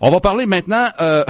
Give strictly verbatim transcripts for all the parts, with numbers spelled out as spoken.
On va parler maintenant... Euh...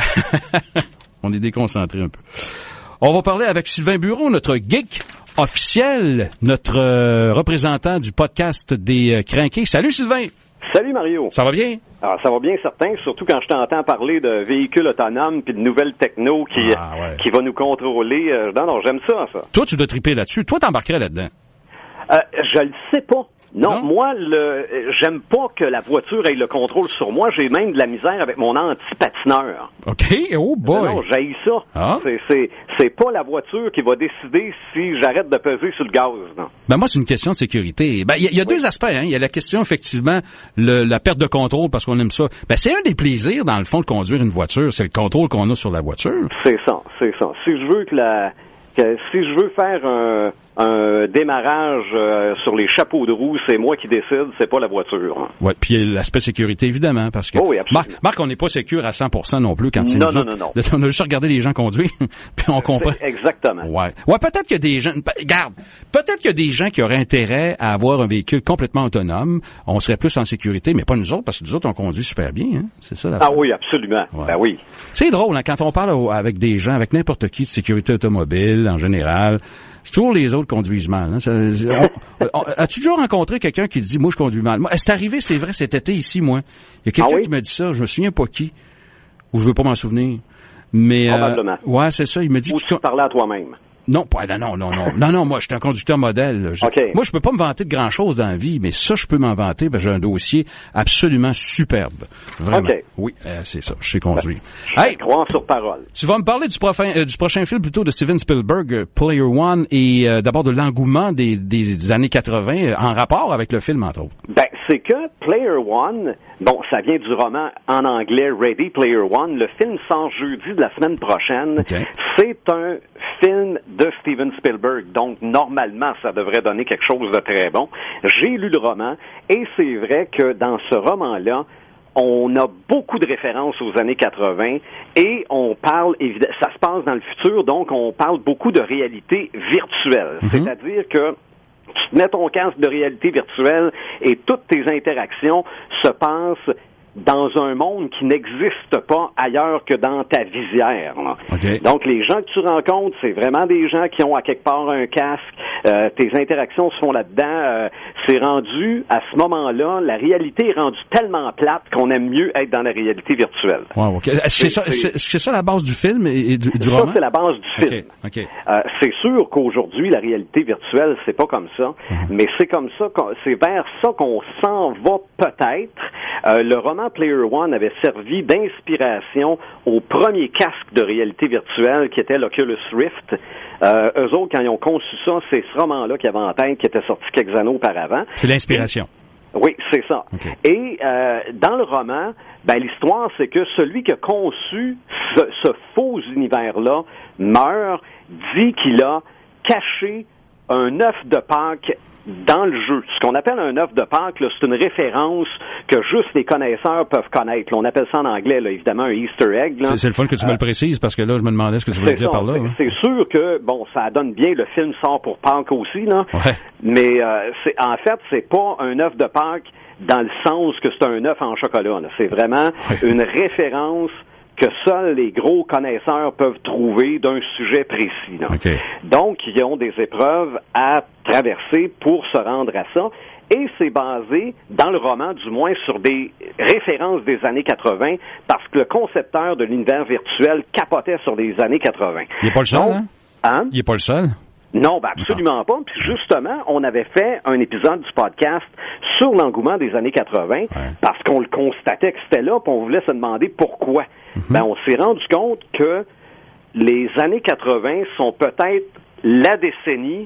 On est déconcentré un peu. On va parler avec Sylvain Bureau, notre geek officiel, notre euh, représentant du podcast des euh, Crinqués. Salut Sylvain! Salut Mario! Ça va bien? Alors, ça va bien, certain, surtout quand je t'entends parler de véhicules autonomes puis de nouvelles techno qui, ah, ouais. qui va nous contrôler. Euh, non, non, j'aime ça, ça. Toi, tu dois triper là-dessus. Toi, t'embarquerais là-dedans? Euh, je le sais pas. Non, non, moi, le, j'aime pas que la voiture ait le contrôle sur moi. J'ai même de la misère avec mon anti-patineur. OK, oh boy. Non, non, j'haïs ça. Ah. C'est, c'est, c'est pas la voiture qui va décider si j'arrête de peser sur le gaz, non. Ben moi, c'est une question de sécurité. Ben, il y a, y a oui. deux aspects, hein. Il y a la question, effectivement, le, la perte de contrôle parce qu'on aime ça. Ben, c'est un des plaisirs, dans le fond, de conduire une voiture. C'est le contrôle qu'on a sur la voiture. C'est ça, c'est ça. Si je veux que la, que si je veux faire un, un démarrage euh, sur les chapeaux de roue, c'est moi qui décide, c'est pas la voiture. Hein. Ouais, puis l'aspect sécurité évidemment parce que oh oui, Marc, Marc, on n'est pas sécure à cent pour cent non plus quand c'est non, nous non, autres, non, non. On a juste regardé les gens conduire puis on comprend. C'est exactement. Ouais. Ouais, peut-être qu'il y a des gens regarde, peut-être qu'il y a des gens qui auraient intérêt à avoir un véhicule complètement autonome, on serait plus en sécurité, mais pas nous autres parce que nous autres on conduit super bien, hein. C'est ça la Ah oui, absolument. Ouais. Ben oui. C'est drôle hein, quand on parle avec des gens, avec n'importe qui de sécurité automobile en général. C'est toujours les autres conduisent mal. Hein. Ça, on, on, as-tu déjà rencontré quelqu'un qui te dit « Moi, je conduis mal ». Moi, c'est arrivé, c'est vrai, cet été ici, moi. Il y a quelqu'un ah oui? qui m'a dit ça, je me souviens pas qui, ou je veux pas m'en souvenir. Mais probablement. Euh, ouais, c'est ça, il me dit... Ou tu parlais à toi-même. Non, pas, non, non, non, non, non, moi, je suis un conducteur modèle. Je, okay. Moi, je peux pas me vanter de grand-chose dans la vie, mais ça, je peux m'en vanter, ben, j'ai un dossier absolument superbe. Vraiment. Okay. Oui, euh, c'est ça, je sais conduire. Ben, hey, croire sur parole. Tu vas me parler du, profin, euh, du prochain film plutôt de Steven Spielberg, euh, Player One, et euh, d'abord de l'engouement des, des, des années quatre-vingts, euh, en rapport avec le film, entre autres. Ben, c'est que Player One, bon, ça vient du roman en anglais Ready Player One. Le film sort jeudi de la semaine prochaine. Okay. C'est un film de Steven Spielberg, donc normalement, ça devrait donner quelque chose de très bon. J'ai lu le roman, et c'est vrai que dans ce roman-là, on a beaucoup de références aux années quatre-vingts, et on parle, évidemment, ça se passe dans le futur, donc on parle beaucoup de réalité virtuelle. Mm-hmm. C'est-à-dire que tu te mets ton casque de réalité virtuelle et toutes tes interactions se passent dans un monde qui n'existe pas ailleurs que dans ta visière. Okay. Donc, les gens que tu rencontres, c'est vraiment des gens qui ont à quelque part un casque. Euh, tes interactions se font là-dedans. Euh, c'est rendu, à ce moment-là, la réalité est rendue tellement plate qu'on aime mieux être dans la réalité virtuelle. Wow, okay. Est-ce que c'est, c'est, c'est, est-ce que c'est ça la base du film et, et du, du ça, roman? C'est la base du okay. film. Okay. Euh, c'est sûr qu'aujourd'hui, la réalité virtuelle, c'est pas comme ça, mm-hmm. mais c'est comme ça, c'est vers ça qu'on s'en va peut-être. Euh, le roman Player One avait servi d'inspiration au premier casque de réalité virtuelle qui était l'Oculus Rift. Euh, eux autres, quand ils ont conçu ça, c'est ce roman-là qu'ils avaient en tête, qui était sorti quelques années auparavant. C'est l'inspiration. Et, oui, c'est ça. Okay. Et euh, dans le roman, ben l'histoire, c'est que celui qui a conçu ce, ce faux univers-là meurt, dit qu'il a caché un œuf de Pâques dans le jeu. Ce qu'on appelle un œuf de Pâques, là, c'est une référence que juste les connaisseurs peuvent connaître. Là, on appelle ça en anglais, là, évidemment, un Easter egg. Là. C'est, c'est le fun que tu euh, me le précises, parce que là, je me demandais ce que tu voulais dire ça, par là. C'est, hein. c'est sûr que, bon, ça donne bien, le film sort pour Pâques aussi, là. Ouais. Mais euh, c'est, en fait, c'est pas un œuf de Pâques dans le sens que c'est un œuf en chocolat. Là. C'est vraiment ouais. une référence que seuls les gros connaisseurs peuvent trouver d'un sujet précis. Là. Okay. Donc, ils ont des épreuves à traverser pour se rendre à ça. Et c'est basé, dans le roman du moins, sur des références des années quatre-vingts, parce que le concepteur de l'univers virtuel capotait sur les années quatre-vingts. Il n'est pas le seul, Donc, hein? hein? Il n'est pas le seul? Non, ben absolument pas. Puis justement, on avait fait un épisode du podcast sur l'engouement des années quatre-vingts, ouais. parce qu'on le constatait que c'était là, puis on voulait se demander pourquoi. Mm-hmm. Ben, on s'est rendu compte que les années quatre-vingts sont peut-être la décennie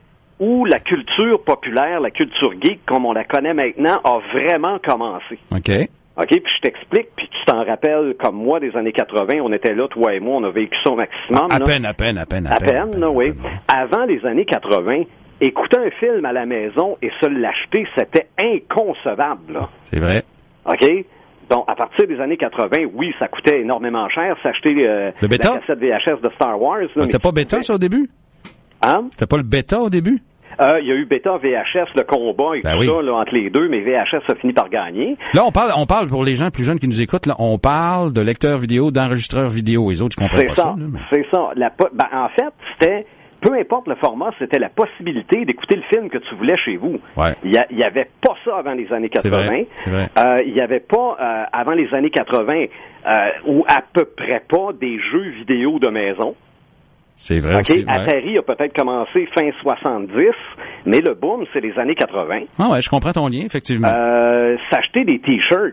où la culture populaire, la culture geek, comme on la connaît maintenant, a vraiment commencé. OK. OK, puis je t'explique, puis tu t'en rappelles, comme moi, des années quatre-vingts, on était là, toi et moi, on a vécu ça au maximum. À, à là. peine, à peine, à peine, à, à peine. peine, à peine, là, oui. À peine. Avant les années quatre-vingts, écouter un film à la maison et se l'acheter, c'était inconcevable, là. C'est vrai. OK? Donc, à partir des années quatre-vingts, oui, ça coûtait énormément cher, s'acheter euh, le bêta? la cassette V H S de Star Wars. Là, ah, c'était pas bêta, ça, au début? Hein? C'était pas le bêta, au début? Euh, il y a eu Beta V H S, le combat et ben tout oui. ça là, entre les deux, mais V H S a fini par gagner. Là, on parle, on parle pour les gens plus jeunes qui nous écoutent, là, on parle de lecteur vidéo, d'enregistreur vidéo. Les autres, ils comprennent C'est pas ça, ça. Là, mais... c'est ça. La, ben, en fait, c'était, peu importe le format, c'était la possibilité d'écouter le film que tu voulais chez vous. Ouais. Il y, y avait pas ça avant les années quatre-vingts. C'est vrai, c'est vrai. Euh, il y avait pas, euh, avant les années quatre-vingts, euh, ou à peu près pas des jeux vidéo de maison. C'est vrai OK, aussi. Ouais. Atari a peut-être commencé fin soixante-dix, mais le boom, c'est les années quatre-vingts. Ah ouais, je comprends ton lien, effectivement. Euh, s'acheter des T-shirts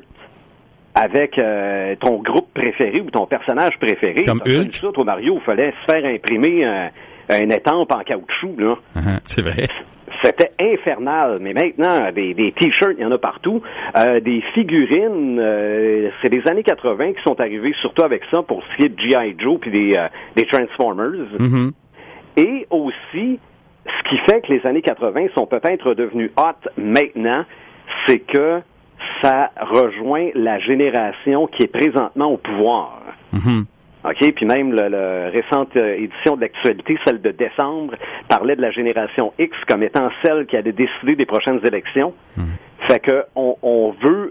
avec euh, ton groupe préféré ou ton personnage préféré. Comme Hulk. Ça, toi, Mario, il fallait se faire imprimer un, un étampe en caoutchouc, là. Uh-huh, c'est vrai. C'était infernal, mais maintenant, des, des T-shirts, il y en a partout. Euh, des figurines, euh, c'est des années quatre-vingts qui sont arrivées, surtout avec ça, pour ce qui est de G I. Joe puis des, euh, des Transformers. Mm-hmm. Et aussi, ce qui fait que les années quatre-vingts sont peut-être devenues hot maintenant, c'est que ça rejoint la génération qui est présentement au pouvoir. Mm-hmm. OK, puis même la récente euh, édition de l'actualité, celle de décembre, parlait de la génération X comme étant celle qui allait décider des prochaines élections. Mmh. Fait que on, on veut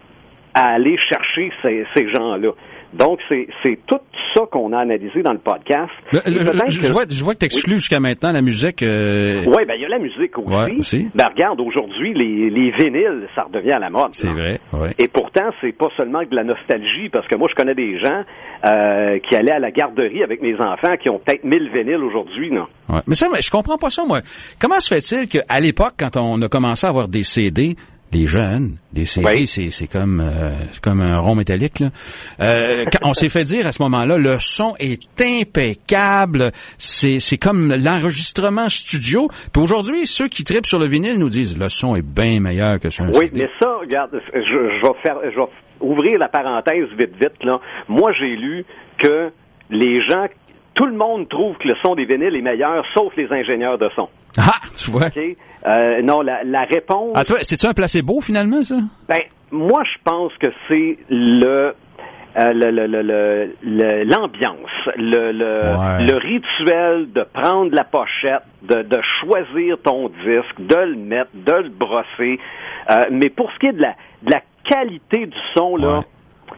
aller chercher ces, ces gens-là. Donc, c'est, c'est tout ça qu'on a analysé dans le podcast. Le, le, je, que... je vois, je vois que tu exclus oui. jusqu'à maintenant la musique. Euh... Oui, ben il y a la musique aussi. Ouais, aussi. Ben regarde, aujourd'hui, les, les vinyles, ça redevient à la mode. C'est là. Vrai, oui. Et pourtant, c'est pas seulement de la nostalgie, parce que moi, je connais des gens euh, qui allaient à la garderie avec mes enfants qui ont peut-être mille vinyles aujourd'hui, non? Ouais. Mais ça, je comprends pas ça, moi. Comment se fait-il qu'à l'époque, quand on a commencé à avoir des C D, les jeunes, des C D, oui. c'est, c'est comme euh, c'est comme un rond métallique, là. Euh, on s'est fait dire à ce moment-là, le son est impeccable, c'est, c'est comme l'enregistrement studio. Puis aujourd'hui, ceux qui trippent sur le vinyle nous disent, le son est bien meilleur que sur un oui, C D. Oui, mais ça, regarde, je, je vais faire, je vais ouvrir la parenthèse vite, vite, là. Moi, j'ai lu que les gens, tout le monde trouve que le son des vinyles est meilleur, sauf les ingénieurs de son. Ah, tu vois. Okay. Euh, non, la, la réponse... Ah, toi, c'est-tu un placebo, finalement, ça? Ben, moi, je pense que c'est le... Euh, le, le, le, le, le, l'ambiance, le, le, ouais. le rituel de prendre la pochette, de, de choisir ton disque, de le mettre, de le brosser. Euh, mais pour ce qui est de la, de la qualité du son, là... Ouais.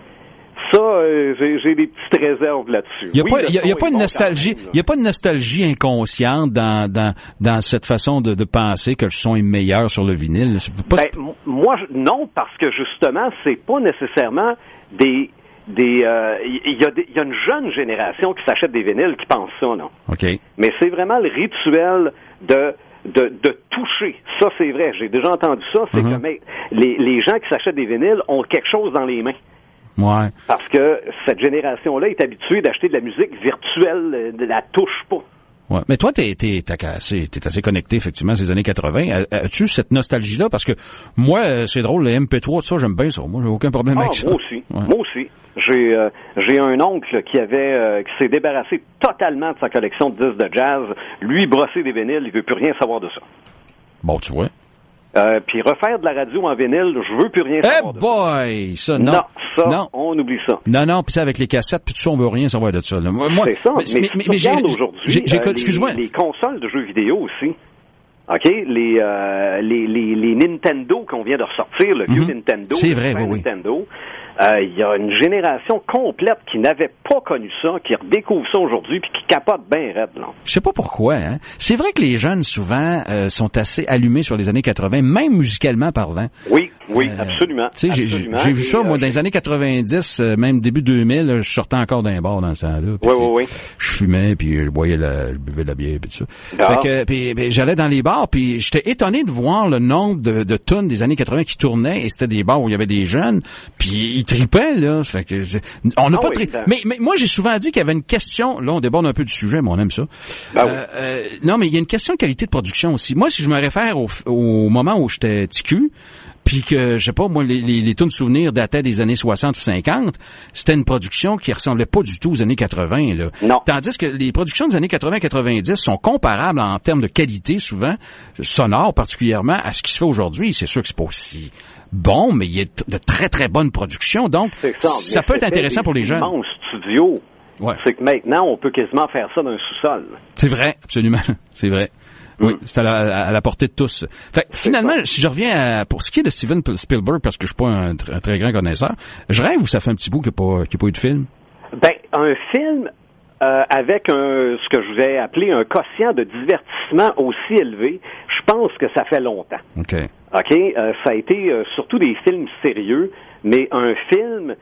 Ça, euh, j'ai, j'ai des petites réserves là-dessus. Il y a oui, pas, il y a, y a pas bon une nostalgie, il y a pas une nostalgie inconsciente dans dans dans cette façon de, de penser que le son est meilleur sur le vinyle. C'est pas... Ben, m- moi, non, parce que justement, c'est pas nécessairement des des. Il euh, y, y a des, y a une jeune génération qui s'achète des vinyles qui pense ça, non. Ok. Mais c'est vraiment le rituel de de, de toucher. Ça, c'est vrai. J'ai déjà entendu ça. C'est mm-hmm. que mais, les les gens qui s'achètent des vinyles ont quelque chose dans les mains. Ouais. Parce que cette génération-là est habituée d'acheter de la musique virtuelle, de la touche pas. Ouais. Mais toi, t'es, t'es, t'es, assez, t'es assez connecté, effectivement, ces années quatre-vingts. As-tu cette nostalgie-là? Parce que moi, c'est drôle, les M P trois, tout ça, j'aime bien ça. Moi, j'ai aucun problème ah, avec ça. Moi aussi. Ouais. Moi aussi. J'ai, euh, j'ai un oncle qui avait, euh, qui s'est débarrassé totalement de sa collection de disques de jazz. Lui, brosser des vinyles, il veut plus rien savoir de ça. Bon, tu vois. Euh, puis refaire de la radio en vinyle, je veux plus rien savoir. Eh boy! Ça, non. Non, ça, non. on oublie ça. Non, non, puis ça, avec les cassettes, puis tout ça, on veut rien savoir de ça. Là. Moi, c'est ça, mais, mais, mais, mais, mais j'ai, aujourd'hui, j'ai, j'ai, euh, excuse-moi. Les, les consoles de jeux vidéo aussi. OK? Les, euh, les, les, les Nintendo qu'on vient de ressortir, le vieux mm-hmm. Nintendo. C'est vrai, oui, oui. Nintendo. Il euh, y a une génération complète qui n'avait pas connu ça, qui redécouvre ça aujourd'hui, puis qui capote bien raide, là. Je sais pas pourquoi, hein. C'est vrai que les jeunes, souvent, euh, sont assez allumés sur les années quatre-vingts, même musicalement parlant. Oui, oui, euh, absolument. Tu sais, j'ai, j'ai vu ça, et, moi, euh, dans les années quatre-vingt-dix, euh, même début deux mille, là, je sortais encore d'un bar dans ce temps-là. Oui, oui, oui. Je fumais, puis je boyais la, je buvais de la bière, puis tout ça. Ah. Fait que, puis, puis j'allais dans les bars, puis j'étais étonné de voir le nombre de, de tonnes des années quatre-vingts qui tournaient, et c'était des bars où il y avait des jeunes, puis ils tripaient, là. Fait que on n'a ah pas oui, tri... mais, mais moi j'ai souvent dit qu'il y avait une question, là on déborde un peu du sujet, mais on aime ça. Ben euh, oui. euh, non mais il y a une question de qualité de production aussi. Moi si je me réfère au, au moment où j'étais T Q, puis que je sais pas moi les les, les tunes souvenirs dataient des années soixante ou cinquante, c'était une production qui ressemblait pas du tout aux années quatre-vingts là. Non. Tandis que les productions des années quatre-vingts quatre-vingt-dix sont comparables en termes de qualité souvent sonore particulièrement à ce qui se fait aujourd'hui. C'est sûr que c'est pas aussi bon, mais il y a de très très bonnes productions, donc c'est ça, ça peut être intéressant pour les jeunes. Mon studio, ouais. C'est que maintenant on peut quasiment faire ça dans un sous-sol. C'est vrai, absolument, c'est vrai. Oui, c'est à la, à la portée de tous. Fait finalement, si je reviens à, pour ce qui est de Steven Spielberg, parce que je suis pas un, un très grand connaisseur, je rêve ou ça fait un petit bout qu'il n'y a, a pas eu de film? Ben, un film euh, avec un ce que je vais appeler un quotient de divertissement aussi élevé, je pense que ça fait longtemps. OK. OK? Euh, ça a été euh, surtout des films sérieux, mais un film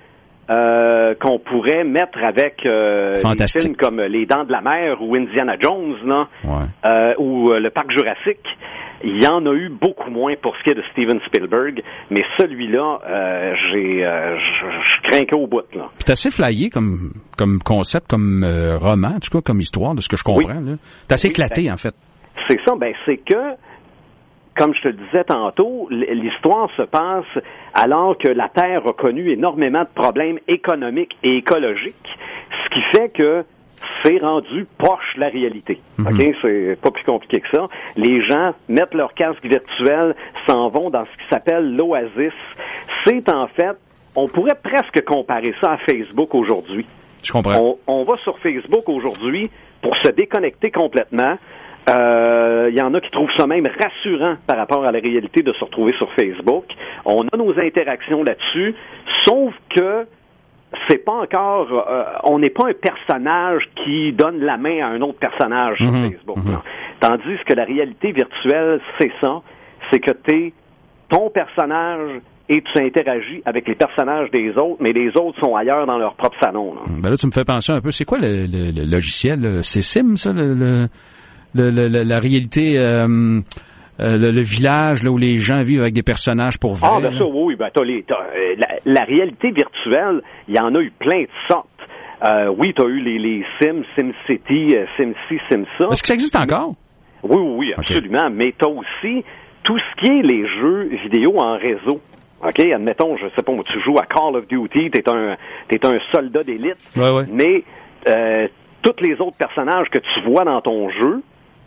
euh, qu'on pourrait mettre avec euh, des films comme Les Dents de la Mer ou Indiana Jones, là, ouais. euh, ou euh, Le Parc Jurassique. Il y en a eu beaucoup moins pour ce qui est de Steven Spielberg, mais celui-là, euh, j'ai, euh, je crains au bout, là. C'est assez flyé comme comme concept, comme euh, roman, en tout cas comme histoire, de ce que je comprends. Oui. Là. C'est assez oui, éclaté, ben, en fait. C'est ça, ben c'est que, comme je te le disais tantôt, l'histoire se passe alors que la Terre a connu énormément de problèmes économiques et écologiques, ce qui fait que c'est rendu poche la réalité. Mm-hmm. OK? C'est pas plus compliqué que ça. Les gens mettent leur casque virtuel, s'en vont dans ce qui s'appelle l'Oasis. C'est en fait, on pourrait presque comparer ça à Facebook aujourd'hui. Je comprends. On, on va sur Facebook aujourd'hui pour se déconnecter complètement. Il euh, y en a qui trouvent ça même rassurant par rapport à la réalité de se retrouver sur Facebook. On a nos interactions là-dessus, sauf que c'est pas encore, euh, on n'est pas un personnage qui donne la main à un autre personnage sur mm-hmm. Facebook. Mm-hmm. Tandis que la réalité virtuelle, c'est ça, c'est que t'es ton personnage et tu interagis avec les personnages des autres, mais les autres sont ailleurs dans leur propre salon. Là, ben là tu me fais penser un peu, c'est quoi le, le, le logiciel? C'est Sim, ça, le, le, le, le la réalité... Euh... Euh, le, le village là où les gens vivent avec des personnages pour vrai. Ah, ben ça, oui, ben t'as les, t'as, euh, la, la réalité virtuelle, il y en a eu plein de sortes. Euh, oui, t'as eu les, les Sims, SimCity, euh, SimCi, SimSa. Est-ce que ça existe encore? Oui, oui, oui, absolument. Okay. Mais t'as aussi tout ce qui est les jeux vidéo en réseau. OK, admettons, je sais pas, moi, tu joues à Call of Duty, t'es un, t'es un soldat d'élite. Ouais, ouais. Mais euh, tous les autres personnages que tu vois dans ton jeu,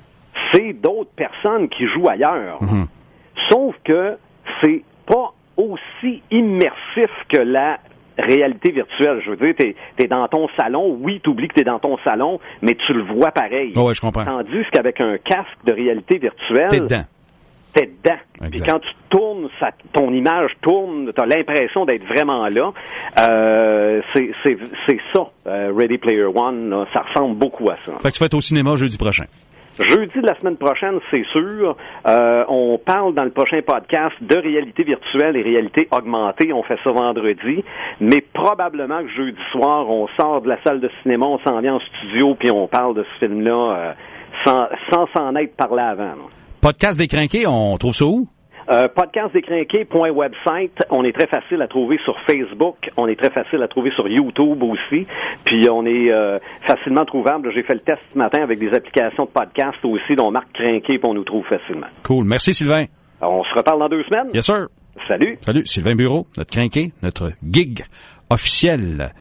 c'est d'autres personnes qui jouent ailleurs. Mm-hmm. Sauf que c'est pas aussi immersif que la réalité virtuelle. Je veux dire, t'es, t'es dans ton salon, oui, t'oublies que t'es dans ton salon, mais tu le vois pareil. Oh ouais, je comprends. Tandis qu'avec un casque de réalité virtuelle... T'es dedans. T'es dedans. Exact. Puis quand tu tournes, ça, ton image tourne, t'as l'impression d'être vraiment là. Euh, c'est, c'est, c'est ça, euh, Ready Player One, là, ça ressemble beaucoup à ça. Fait que tu vas être au cinéma jeudi prochain. Jeudi de la semaine prochaine, c'est sûr. Euh, on parle dans le prochain podcast de réalité virtuelle et réalité augmentée. On fait ça vendredi. Mais probablement que jeudi soir, on sort de la salle de cinéma, on s'en vient en studio, puis on parle de ce film-là euh, sans, sans s'en être parlé avant. Là. Podcast Décrinqué, on trouve ça où? Euh, podcastdécrinqué point website, on est très facile à trouver sur Facebook, on est très facile à trouver sur YouTube aussi, puis on est euh, facilement trouvable. J'ai fait le test ce matin avec des applications de podcast aussi, dont Marc Crinqué, puis on nous trouve facilement. Cool. Merci Sylvain. Alors, on se reparle dans deux semaines? Yes sir. Salut. Salut, Sylvain Bureau, notre Crinqué, notre gig officiel